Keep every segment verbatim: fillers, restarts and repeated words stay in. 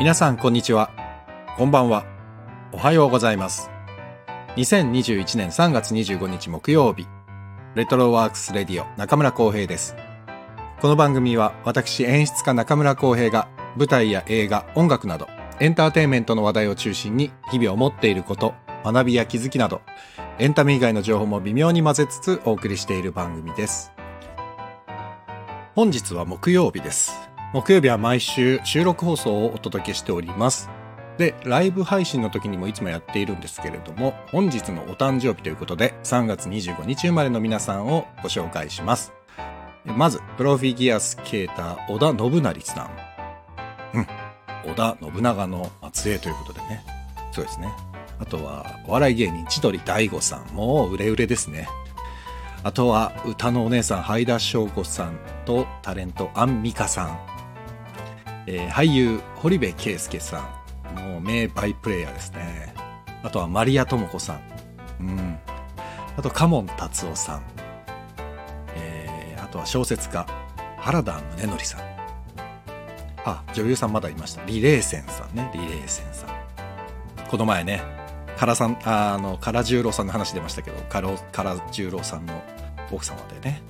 皆さんこんにちは、こんばんは、おはようございます。にせんにじゅういちねんさんがつにじゅうごにち木曜日、レトロワークスレディオ中村浩平です。この番組は私演出家中村浩平が舞台や映画、音楽などエンターテインメントの話題を中心に日々思っていること、学びや気づきなどエンタメ以外の情報も微妙に混ぜつつお送りしている番組です。本日は木曜日です。木曜日は毎週収録放送をお届けしております。で、ライブ配信の時にもいつもやっているんですけれども、本日のお誕生日ということでさんがつにじゅうごにち生まれの皆さんをご紹介します。まずプロフィギュアスケーター織田信成さん、うん、織田信長の末裔ということでね、そうですね。あとはお笑い芸人千鳥大悟さんもう売れ売れですね。あとは歌のお姉さんはいだしょうこさんとタレントアンミカさん、えー、俳優堀部圭介さん、もう名バイプレイヤーですね。あとはマリア智子さん、うん、あとカモン達夫さん、えー、あとは小説家原田宗則さん、あ、女優さんまだいました、李麗仙さんね、李麗仙さん。この前ね、唐さん、あの唐十郎さんの話出ましたけど、唐十郎さんの奥様でね、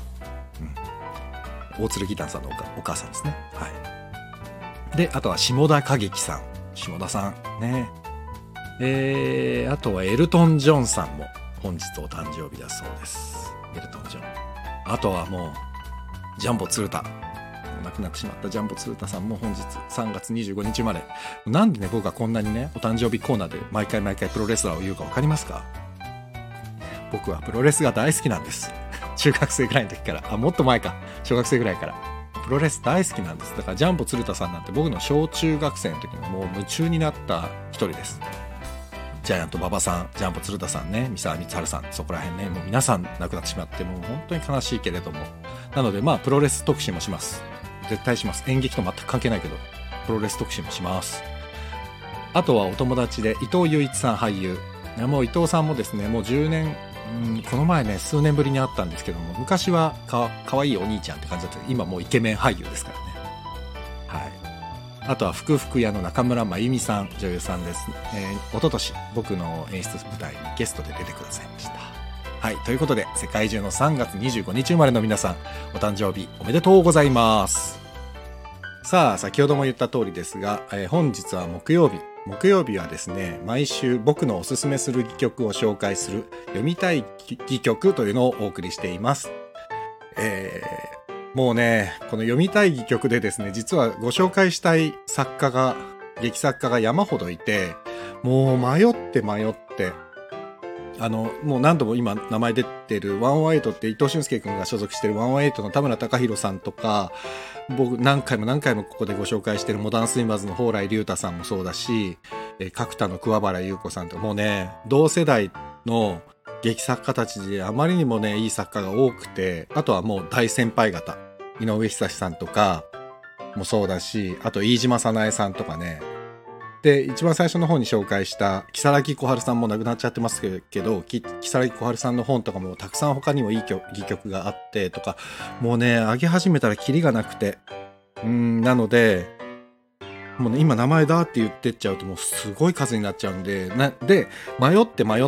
うん、大鶴義丹さんの お, お母さんですね。はい。で、あとは下田景樹さん、下田さんね、えー、あとはエルトン・ジョンさんも本日お誕生日だそうです。エルトン・ジョン。あとはもうジャンボ鶴田、亡くなってしまったジャンボ鶴田さんも本日さんがつにじゅうごにち生まれ。なんでね、僕はこんなにね、お誕生日コーナーで毎回毎回プロレスラーを言うか分かりますか？僕はプロレスが大好きなんです。中学生ぐらいの時から、あ、もっと前か、小学生ぐらいからプロレス大好きなんです。だからジャンボ鶴田さんなんて僕の小中学生の時にもう夢中になった一人です。ジャイアント馬場さん、ジャンボ鶴田さんね、三沢光晴さん、そこら辺ね、もう皆さん亡くなってしまってもう本当に悲しいけれども、なのでまあプロレス特集もします。絶対します。演劇と全く関係ないけどプロレス特集もします。あとはお友達で伊藤雄一さん、俳優。いや、もう伊藤さんもですね、もうじゅうねん、うん、この前ね数年ぶりに会ったんですけども、昔はかかわいいお兄ちゃんって感じだったけど、今もうイケメン俳優ですからね。はい。あとは福福屋の中村真由美さん、女優さんです。えー、一昨年僕の演出舞台にゲストで出てくださいました。はい、ということで世界中のさんがつにじゅうごにち生まれの皆さん、お誕生日おめでとうございます。さあ、先ほども言った通りですが、えー、本日は木曜日。木曜日はですね、毎週僕のおすすめする戯曲を紹介する読みたい戯曲というのをお送りしています。えー、もうね、この読みたい戯曲でですね、実はご紹介したい作家が、劇作家が山ほどいて、もう迷って迷って、あの、もう何度も今名前出てるワンワンエイトって伊藤俊介君が所属してるワンワンエイトの田村貴弘さんとか、僕何回も何回もここでご紹介してるモダンスイマーズの蓬莱竜太さんもそうだし、え角田の桑原優子さんとか、もうね、同世代の劇作家たちであまりにもね、いい作家が多くて、あとはもう大先輩方、井上久志さんとかもそうだし、あと飯島早苗さんとかね。で、一番最初の方に紹介した木更木小春さんも亡くなっちゃってますけど、木更木小春さんの本とかもたくさん他にもいい戯曲があってとか、もうね、上げ始めたらキリがなくて、うーん、なのでもうね、今名前だって言ってっちゃうともうすごい数になっちゃうんで、なで迷って迷って、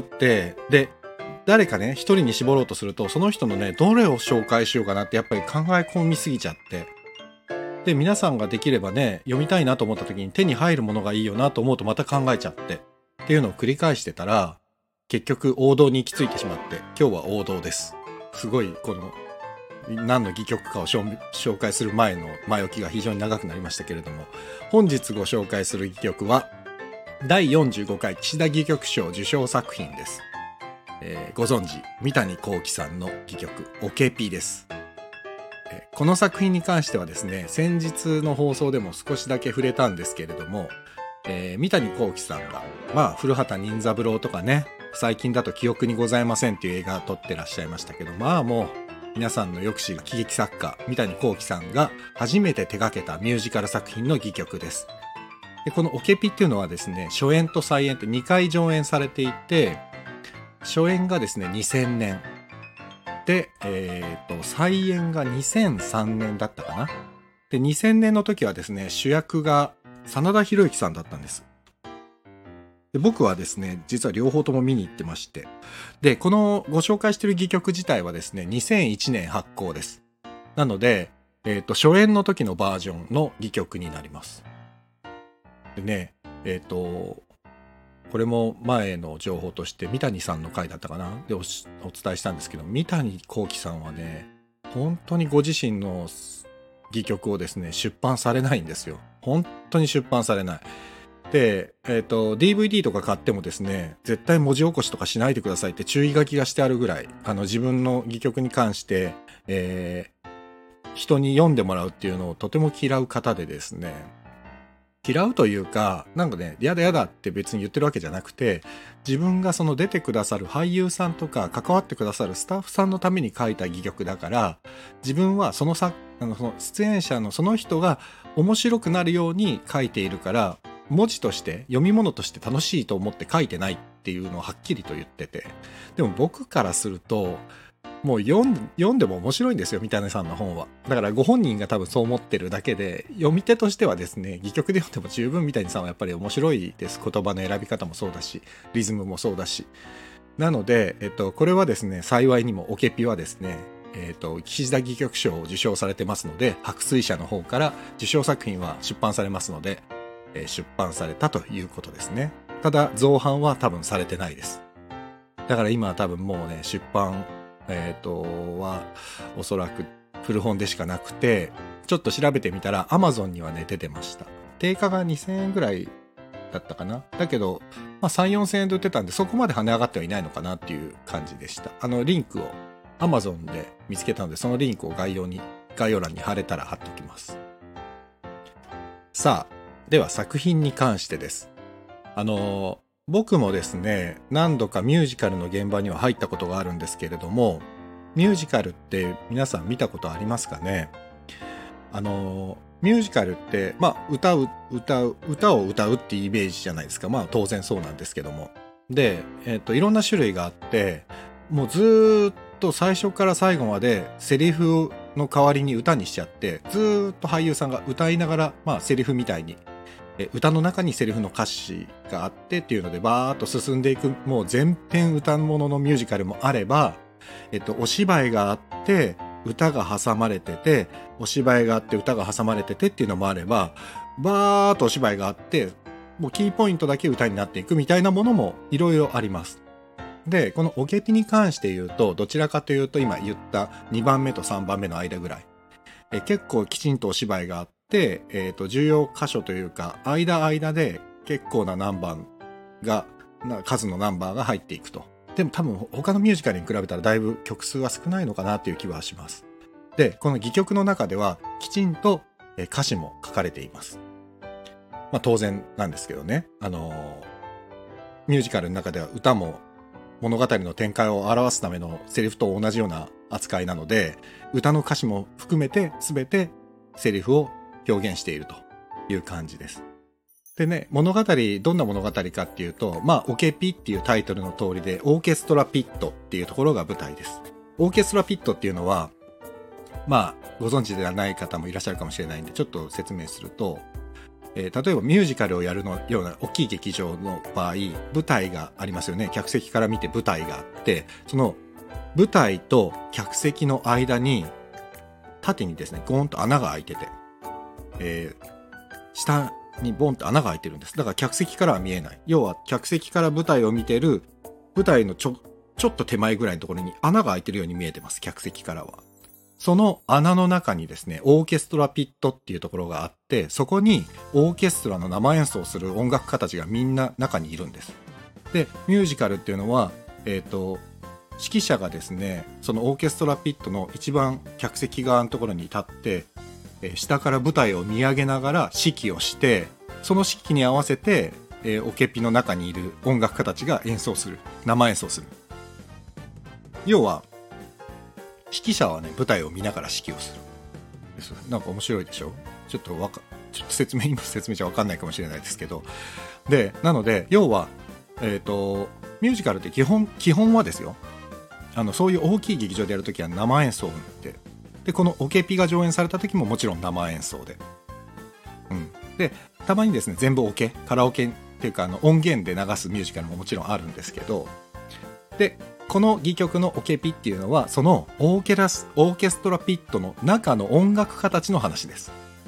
で誰かね一人に絞ろうとすると、その人のねどれを紹介しようかなってやっぱり考え込みすぎちゃって、で皆さんができればね読みたいなと思った時に手に入るものがいいよなと思うとまた考えちゃってっていうのを繰り返してたら、結局王道に行き着いてしまって、今日は王道です。すごいこの何の戯曲かを紹介する前の前置きが非常に長くなりましたけれども、本日ご紹介する戯曲はだいよんじゅうごかい岸田戯曲賞受賞作品です。えー、ご存知三谷幸喜さんの戯曲オケピです。この作品に関してはですね、先日の放送でも少しだけ触れたんですけれども、えー、三谷幸喜さんが、まあ、古畑任三郎とかね、最近だと記憶にございませんっていう映画を撮ってらっしゃいましたけど、まあもう皆さんのよく知る喜劇作家三谷幸喜さんが初めて手掛けたミュージカル作品の戯曲です。で、このオケピっていうのはですね、初演と再演ってにかい上演されていて、初演がですねにせんねんで、えー、と再演がにせんさんねんだったかな。でにせんねんの時はですね、主役が真田広之さんだったんです。で僕はですね、実は両方とも見に行ってまして、でこのご紹介している戯曲自体はですねにせんいちねん発行です。なので、えーと、初演の時のバージョンの戯曲になります。でね、えっ、ー、とこれも前の情報として三谷さんの回だったかなで お, お伝えしたんですけど、三谷幸喜さんはね、本当にご自身の戯曲をですね出版されないんですよ。本当に出版されない。で、えーと、ディーブイディー とか買ってもですね、絶対文字起こしとかしないでくださいって注意書きがしてあるぐらい、あの自分の戯曲に関して、えー、人に読んでもらうっていうのをとても嫌う方でですね、嫌うというか、なんかね、やだやだって別に言ってるわけじゃなくて、自分がその出てくださる俳優さんとか関わってくださるスタッフさんのために書いた戯曲だから、自分はそのさあのその出演者のその人が面白くなるように書いているから、文字として読み物として楽しいと思って書いてないっていうのをはっきりと言ってて、でも僕からするともう読ん読んでも面白いんですよ、三谷さんの本は。だからご本人が多分そう思ってるだけで、読み手としてはですね、戯曲で読んでも十分三谷さんはやっぱり面白いです。言葉の選び方もそうだし、リズムもそうだし。なので、えっと、これはですね、幸いにもオケピはですね、えっと、岸田戯曲賞を受賞されてますので、白水社の方から受賞作品は出版されますので、えー、出版されたということですね。ただ造版は多分されてないです。だから今は多分もうね、出版えっとはおそらく古本でしかなくて、ちょっと調べてみたら Amazon にはね出てました。定価がにせんえんぐらいだったかな。だけど、まあ、さん、よんせんえんで売ってたんで、そこまで跳ね上がってはいないのかなっていう感じでした。あのリンクを Amazon で見つけたので、そのリンクを概要に概要欄に貼れたら貼っておきます。さあ、では作品に関してです。あの僕もですね、何度かミュージカルの現場には入ったことがあるんですけれども、ミュージカルって皆さん見たことありますかね。あのミュージカルって、まあ、歌う歌う歌を歌うっていうイメージじゃないですか。まあ当然そうなんですけども、で、えっといろんな種類があって、もうずっと最初から最後までセリフの代わりに歌にしちゃって、ずっと俳優さんが歌いながら、まあセリフみたいに、え歌の中にセリフの歌詞があってっていうのでバーッと進んでいく、もう全編歌物のミュージカルもあれば、えっと、お芝居があって歌が挟まれてて、お芝居があって歌が挟まれててっていうのもあれば、バーッとお芝居があってもうキーポイントだけ歌になっていくみたいなものもいろいろあります。でこのオケピに関して言うと、どちらかというと今言ったにばんめとさんばんめの間ぐらい、え結構きちんとお芝居があってで、えーと、重要箇所というか間間で結構なナンバーがな数のナンバーが入っていくと。でも多分他のミュージカルに比べたらだいぶ曲数は少ないのかなという気はします。でこの戯曲の中ではきちんと歌詞も書かれています。まあ当然なんですけどね、あのミュージカルの中では歌も物語の展開を表すためのセリフと同じような扱いなので、歌の歌詞も含めて全てセリフを表現しているという感じです。でね、物語どんな物語かっていうと、まあオケピっていうタイトルの通りで、オーケストラピットっていうところが舞台です。オーケストラピットっていうのは、まあご存知ではない方もいらっしゃるかもしれないんでちょっと説明すると、えー、例えばミュージカルをやるのような大きい劇場の場合、舞台がありますよね。客席から見て舞台があって、その舞台と客席の間に縦にですねゴーンと穴が開いてて、えー、下にボンって穴が開いてるんです。だから客席からは見えない。要は客席から舞台を見てる舞台のちょちょっと手前ぐらいのところに穴が開いてるように見えてます。客席からは。その穴の中にですね、オーケストラピットっていうところがあって、そこにオーケストラの生演奏をする音楽家たちがみんな中にいるんです。でミュージカルっていうのは、えっと指揮者がですね、そのオーケストラピットの一番客席側のところに立って、下から舞台を見上げながら指揮をして、その指揮に合わせて、えー、オケピの中にいる音楽家たちが演奏する、生演奏する。要は指揮者はね、舞台を見ながら指揮をする。なんか面白いでしょ。ちょっとわかちょっと説明今説明じゃ分かんないかもしれないですけど、でなので要は、えーと、ミュージカルって基本基本はですよ、あのそういう大きい劇場でやるときは生演奏で、でこのオケピが上演された時ももちろん生演奏で、うん、でたまにですね全部オケカラオケっていうかあの音源で流すミュージカルももちろんあるんですけど、でこの戯曲のオケピっていうのはそのオーケラスオーケストラピットの中の音楽家たちの話です。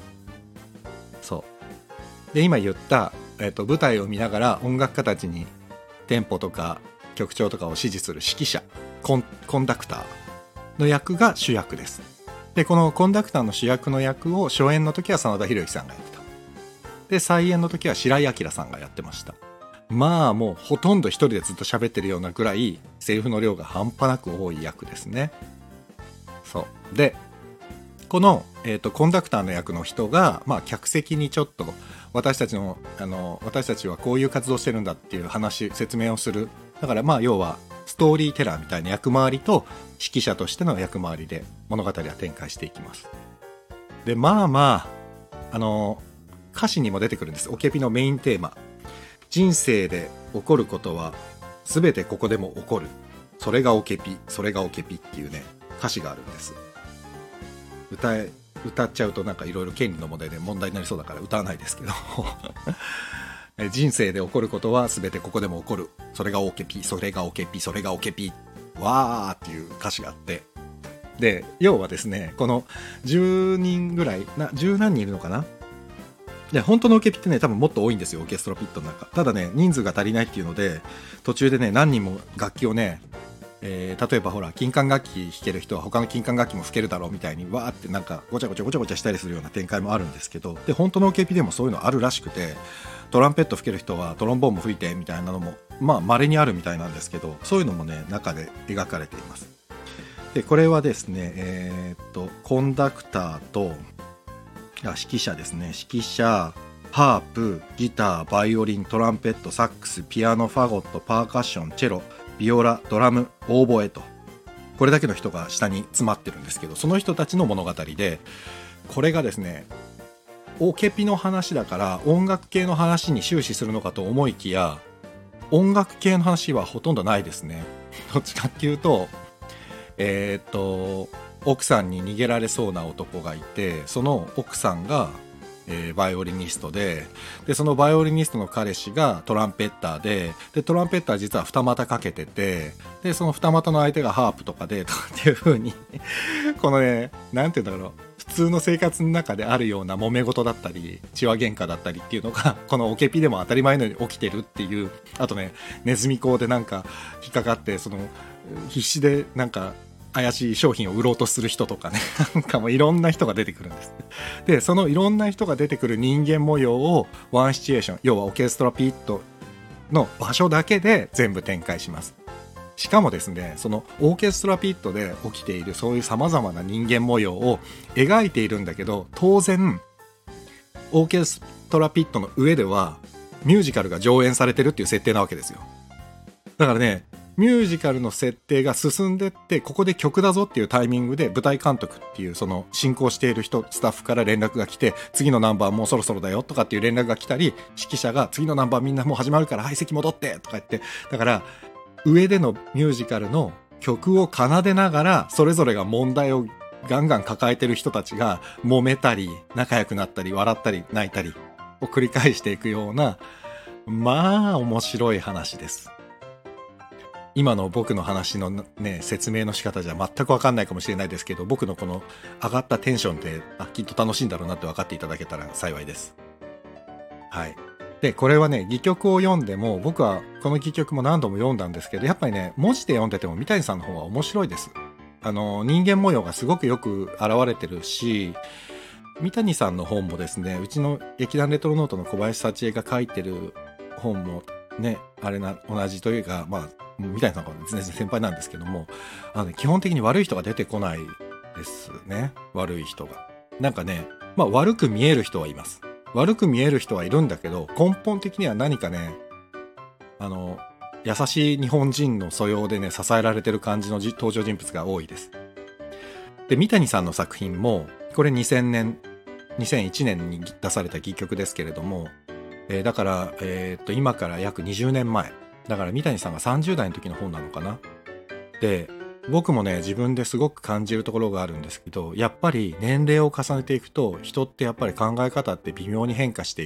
そうで今言った、えー、と舞台を見ながら音楽家たちにテンポとか曲調とかを指示する指揮者コン、コンダクターの役が主役です。でこのコンダクターの主役の役を初演の時は真田広之さんがやってた。で再演の時は白井明さんがやってました。まあもうほとんど一人でずっと喋ってるようなぐらいセリフの量が半端なく多い役ですね。そうでこの、えーと、コンダクターの役の人が、まあ、客席にちょっと私たちの、あの私たちはこういう活動してるんだっていう話説明をする。だからまあ要はストーリーテラーみたいな役回りと指揮者としての役回りで物語は展開していきます。でまあまああの歌詞にも出てくるんです。オケピのメインテーマ、人生で起こることは全てここでも起こる、それがオケピ、それがオケピっていうね歌詞があるんです。歌え歌っちゃうとなんかいろいろ権利の問題で問題になりそうだから歌わないですけど人生で起こることは全てここでも起こる、それがオケピ、それがオケピ、それがオケピ、わーっていう歌詞があって、で要はですねこのじゅうにんぐらいなじゅう何人いるのかな。で本当のオケピってね多分もっと多いんですよ、オーケストラピットの中。ただね人数が足りないっていうので途中でね何人も楽器をね、えー、例えばほら金管楽器弾ける人は他の金管楽器も吹けるだろうみたいにわーってなんかごちゃごちゃごちゃごちゃしたりするような展開もあるんですけど、で本当のオケピでもそういうのあるらしくて、トランペット吹ける人はトロンボーンも吹いてみたいなのもまあ稀にあるみたいなんですけど、そういうのもね中で描かれています。でこれはですねえー、っとコンダクターと指揮者ですね、指揮者、ハープ、ギター、バイオリン、トランペット、サックス、ピアノ、ファゴット、パーカッション、チェロ、ビオラ、ドラム、オーボエと、これだけの人が下に詰まってるんですけど、その人たちの物語で、これがですねオケピの話だから音楽系の話に終始するのかと思いきや、音楽系の話はほとんどないですね。どっちかっていうとえー、っと奥さんに逃げられそうな男がいて、その奥さんが、えー、バイオリニストで、でそのバイオリニストの彼氏がトランペッターで、でトランペッター実は二股かけてて、でその二股の相手がハープとかでとかっていう風にこのねなんていうんだろう、普通の生活の中であるような揉め事だったり血は喧嘩だったりっていうのがこのオケピでも当たり前のように起きてるっていう。あとねネズミ講でなんか引っかかってその必死でなんか怪しい商品を売ろうとする人とかねなんかもういろんな人が出てくるんです。でそのいろんな人が出てくる人間模様をワンシチュエーション、要はオーケストラピットの場所だけで全部展開します。しかもですねそのオーケストラピットで起きているそういうさまざまな人間模様を描いているんだけど、当然オーケストラピットの上ではミュージカルが上演されてるっていう設定なわけですよ。だからねミュージカルの設定が進んでって、ここで曲だぞっていうタイミングで舞台監督っていうその進行している人スタッフから連絡が来て、次のナンバーもうそろそろだよとかっていう連絡が来たり、指揮者が次のナンバーみんなもう始まるからはい席戻ってとか言って、だから上でのミュージカルの曲を奏でながらそれぞれが問題をガンガン抱えてる人たちが揉めたり仲良くなったり笑ったり泣いたりを繰り返していくような、まあ面白い話です。今の僕の話のね説明の仕方じゃ全く分かんないかもしれないですけど、僕のこの上がったテンションであきっと楽しいんだろうなって分かっていただけたら幸いです。はい。でこれはね戯曲を読んでも、僕はこの戯曲も何度も読んだんですけど、やっぱりね文字で読んでても三谷さんの方は面白いです。あの人間模様がすごくよく現れてるし、三谷さんの本もですね、うちの劇団レトロノートの小林幸恵が書いてる本もねあれな同じというか、まあ三谷さんが全然先輩なんですけども、あの、ね、基本的に悪い人が出てこないですね。悪い人がなんかね、まあ悪く見える人はいます。悪く見える人はいるんだけど、根本的には何かね、あの優しい日本人の素養でね支えられてる感じの登場人物が多いです。で三谷さんの作品もこれにせんねんにせんいちねんに出された戯曲ですけれども、えー、だから、えー、っと今から約にじゅうねんまえだから、三谷さんがさんじゅう代の時の本なのかな。で僕もね自分ですごく感じるところがあるんですけど、やっぱり年齢を重ねていくと人ってやっぱり考え方って微妙に変化していく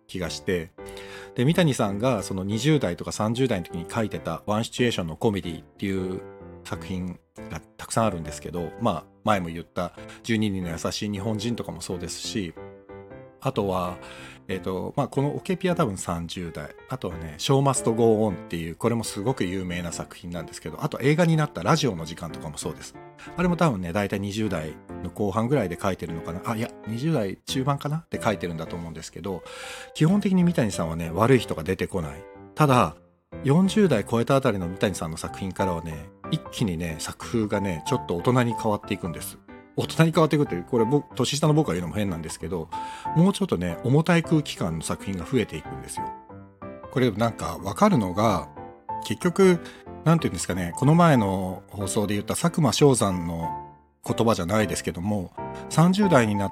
気がして、で三谷さんがそのにじゅう代とかさんじゅう代の時に書いてたワンシチュエーションのコメディっていう作品がたくさんあるんですけど、まあ前も言ったじゅうににんの優しい日本人とかもそうですし、あとはえーとまあ、このオケピは多分さんじゅう代、あとはね「ショーマストゴーオン」っていう、これもすごく有名な作品なんですけど、あと映画になったラジオの時間とかもそうです。あれも多分ね大体にじゅう代の後半ぐらいで書いてるのかな、あいやにじゅう代中盤かなって書いてるんだと思うんですけど、基本的に三谷さんはね悪い人が出てこない。ただよんじゅう代超えたあたりの三谷さんの作品からはね一気にね作風がねちょっと大人に変わっていくんです。大人に変わっていくって、これ僕年下の僕が言うのも変なんですけど、もうちょっとね重たい空気感の作品が増えていくんですよ。これなんか分かるのが、結局なんていうんですかね、この前の放送で言った佐久間象山の言葉じゃないですけども、さんじゅう代になって、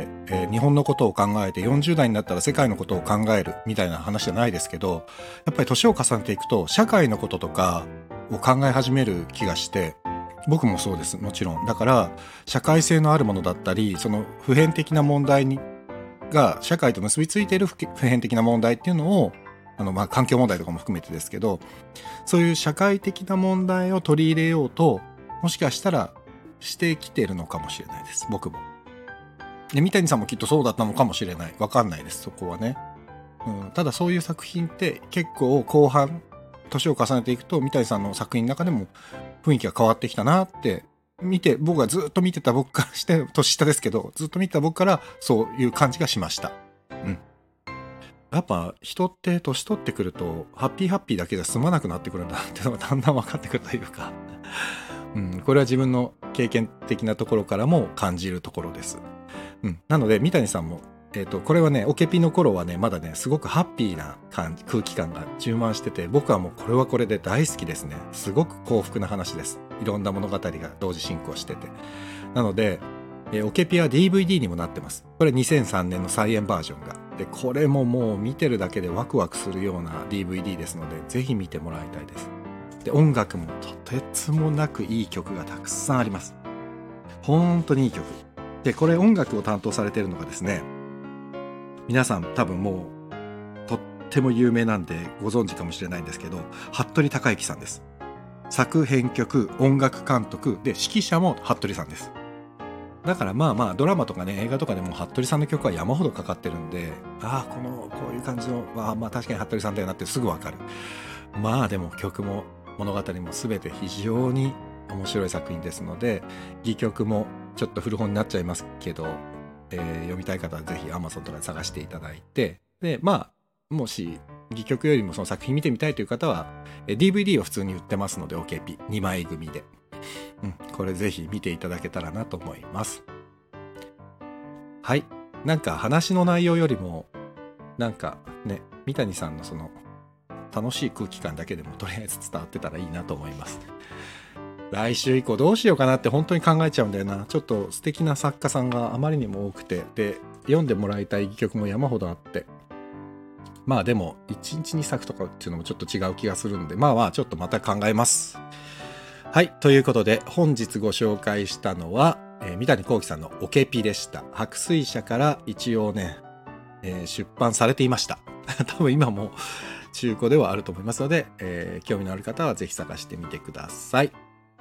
えー、日本のことを考えてよんじゅう代になったら世界のことを考えるみたいな話じゃないですけど、やっぱり年を重ねていくと社会のこととかを考え始める気がして、僕もそうです、もちろん。だから社会性のあるものだったり、その普遍的な問題にが社会と結びついている普遍的な問題っていうのを、あのまあ環境問題とかも含めてですけど、そういう社会的な問題を取り入れようともしかしたらしてきてるのかもしれないです、僕も。で三谷さんもきっとそうだったのかもしれない、わかんないです、そこはね、うん、ただそういう作品って結構後半年を重ねていくと三谷さんの作品の中でも雰囲気が変わってきたなって見て、僕がずっと見てた僕からして、年下ですけどずっと見てた僕からそういう感じがしました。うん。やっぱ人って年取ってくるとハッピーハッピーだけじゃ済まなくなってくるんだっていうのがだんだん分かってくるというか、うん、これは自分の経験的なところからも感じるところです。うん、なので三谷さんもえー、とこれはねオケピの頃はねまだねすごくハッピーな感じ、空気感が充満してて、僕はもうこれはこれで大好きですね。すごく幸福な話です。いろんな物語が同時進行してて、なので、えー、オケピは ディーブイディー にもなってます。これにせんさんねんの再演バージョンがで、これももう見てるだけでワクワクするような ディーブイディー ですので、ぜひ見てもらいたいです。で音楽もとてつもなくいい曲がたくさんあります。本当にいい曲で、これ音楽を担当されているのがですね、皆さん多分もうとっても有名なんでご存知かもしれないんですけど、服部孝之さんです。作編曲音楽監督で指揮者も服部さんです。だからまあまあドラマとかね映画とかでも服部さんの曲は山ほどかかってるんで、ああこのこういう感じのまあまあ確かに服部さんだよなってすぐわかる。まあでも曲も物語も全て非常に面白い作品ですので、戯曲もちょっと古本になっちゃいますけど、えー、読みたい方はぜひ Amazon とかで探していただいて、でまあもし戯曲よりもその作品見てみたいという方は ディーブイディー を普通に売ってますので オーケーピーに 枚組で、うん、これぜひ見ていただけたらなと思います。はい、なんか話の内容よりもなんかね三谷さんのその楽しい空気感だけでもとりあえず伝わってたらいいなと思います。来週以降どうしようかなって本当に考えちゃうんだよな。ちょっと素敵な作家さんがあまりにも多くて、で読んでもらいたい戯曲も山ほどあって、まあでもいちにちにさくとかっていうのもちょっと違う気がするんで、まあまあちょっとまた考えます。はい、ということで本日ご紹介したのは、えー、三谷幸喜さんのオケピでした。白水社から一応ね、えー、出版されていました。多分今も中古ではあると思いますので、えー、興味のある方はぜひ探してみてください。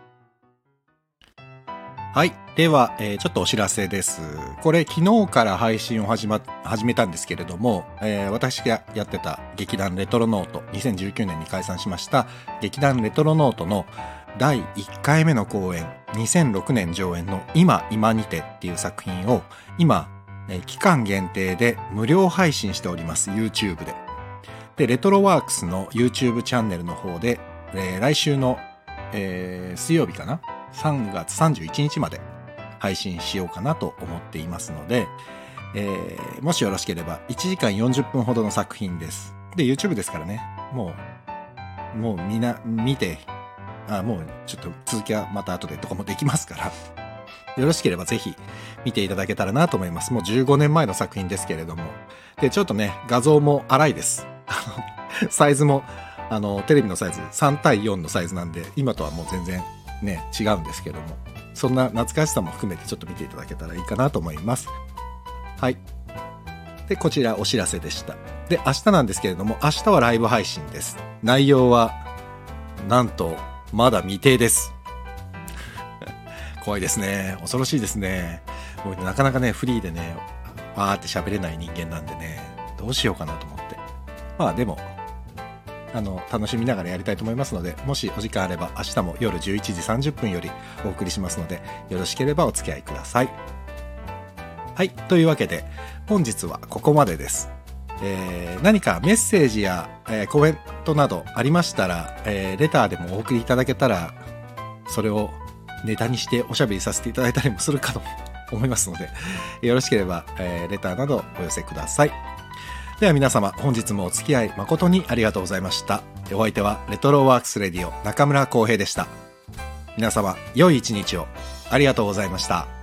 はい。では、えー、ちょっとお知らせです。これ、昨日から配信を始,、ま、始めたんですけれども、えー、私がやってた劇団レトロノート、にせんじゅうきゅうねんに解散しました劇団レトロノートのだいいっかいめの公演、にせんろくねん上演の今今にてっていう作品を今、えー、期間限定で無料配信しております。YouTube で。で、レトロワークスの YouTube チャンネルの方で、えー、来週の、えー、水曜日かなさんがつさんじゅういちにちまで配信しようかなと思っていますので、えー、もしよろしければいちじかんよんじゅっぷんほどの作品です。で YouTube ですからね、もうもうみんな見て、あもうちょっと続きはまた後でとかもできますから、よろしければぜひ見ていただけたらなと思います。もうじゅうごねんまえの作品ですけれども、でちょっとね画像も荒いです。サイズもあのテレビのサイズさんたいよんのサイズなんで、今とはもう全然ね違うんですけども、そんな懐かしさも含めてちょっと見ていただけたらいいかなと思います。はい。でこちらお知らせでした。 で、明日なんですけれども、明日はライブ配信です。内容は、なんと、まだ未定です。怖いですね。恐ろしいですね。僕なかなかね、フリーでね、わーって喋れない人間なんでね、どうしようかなと思って。まあでも、あの、楽しみながらやりたいと思いますので、もしお時間あれば明日も夜じゅういちじさんじゅっぷんよりお送りしますので、よろしければお付き合いください。はい、というわけで、本日はここまでです。えー、何かメッセージや、えー、コメントなどありましたら、えー、レターでもお送りいただけたら、それをネタにしておしゃべりさせていただいたりもするかと思いますので、よろしければ、えー、レターなどお寄せください。では皆様、本日もお付き合い誠にありがとうございました。お相手はレトロワークスレディオ中村浩平でした。皆様、良い一日をありがとうございました。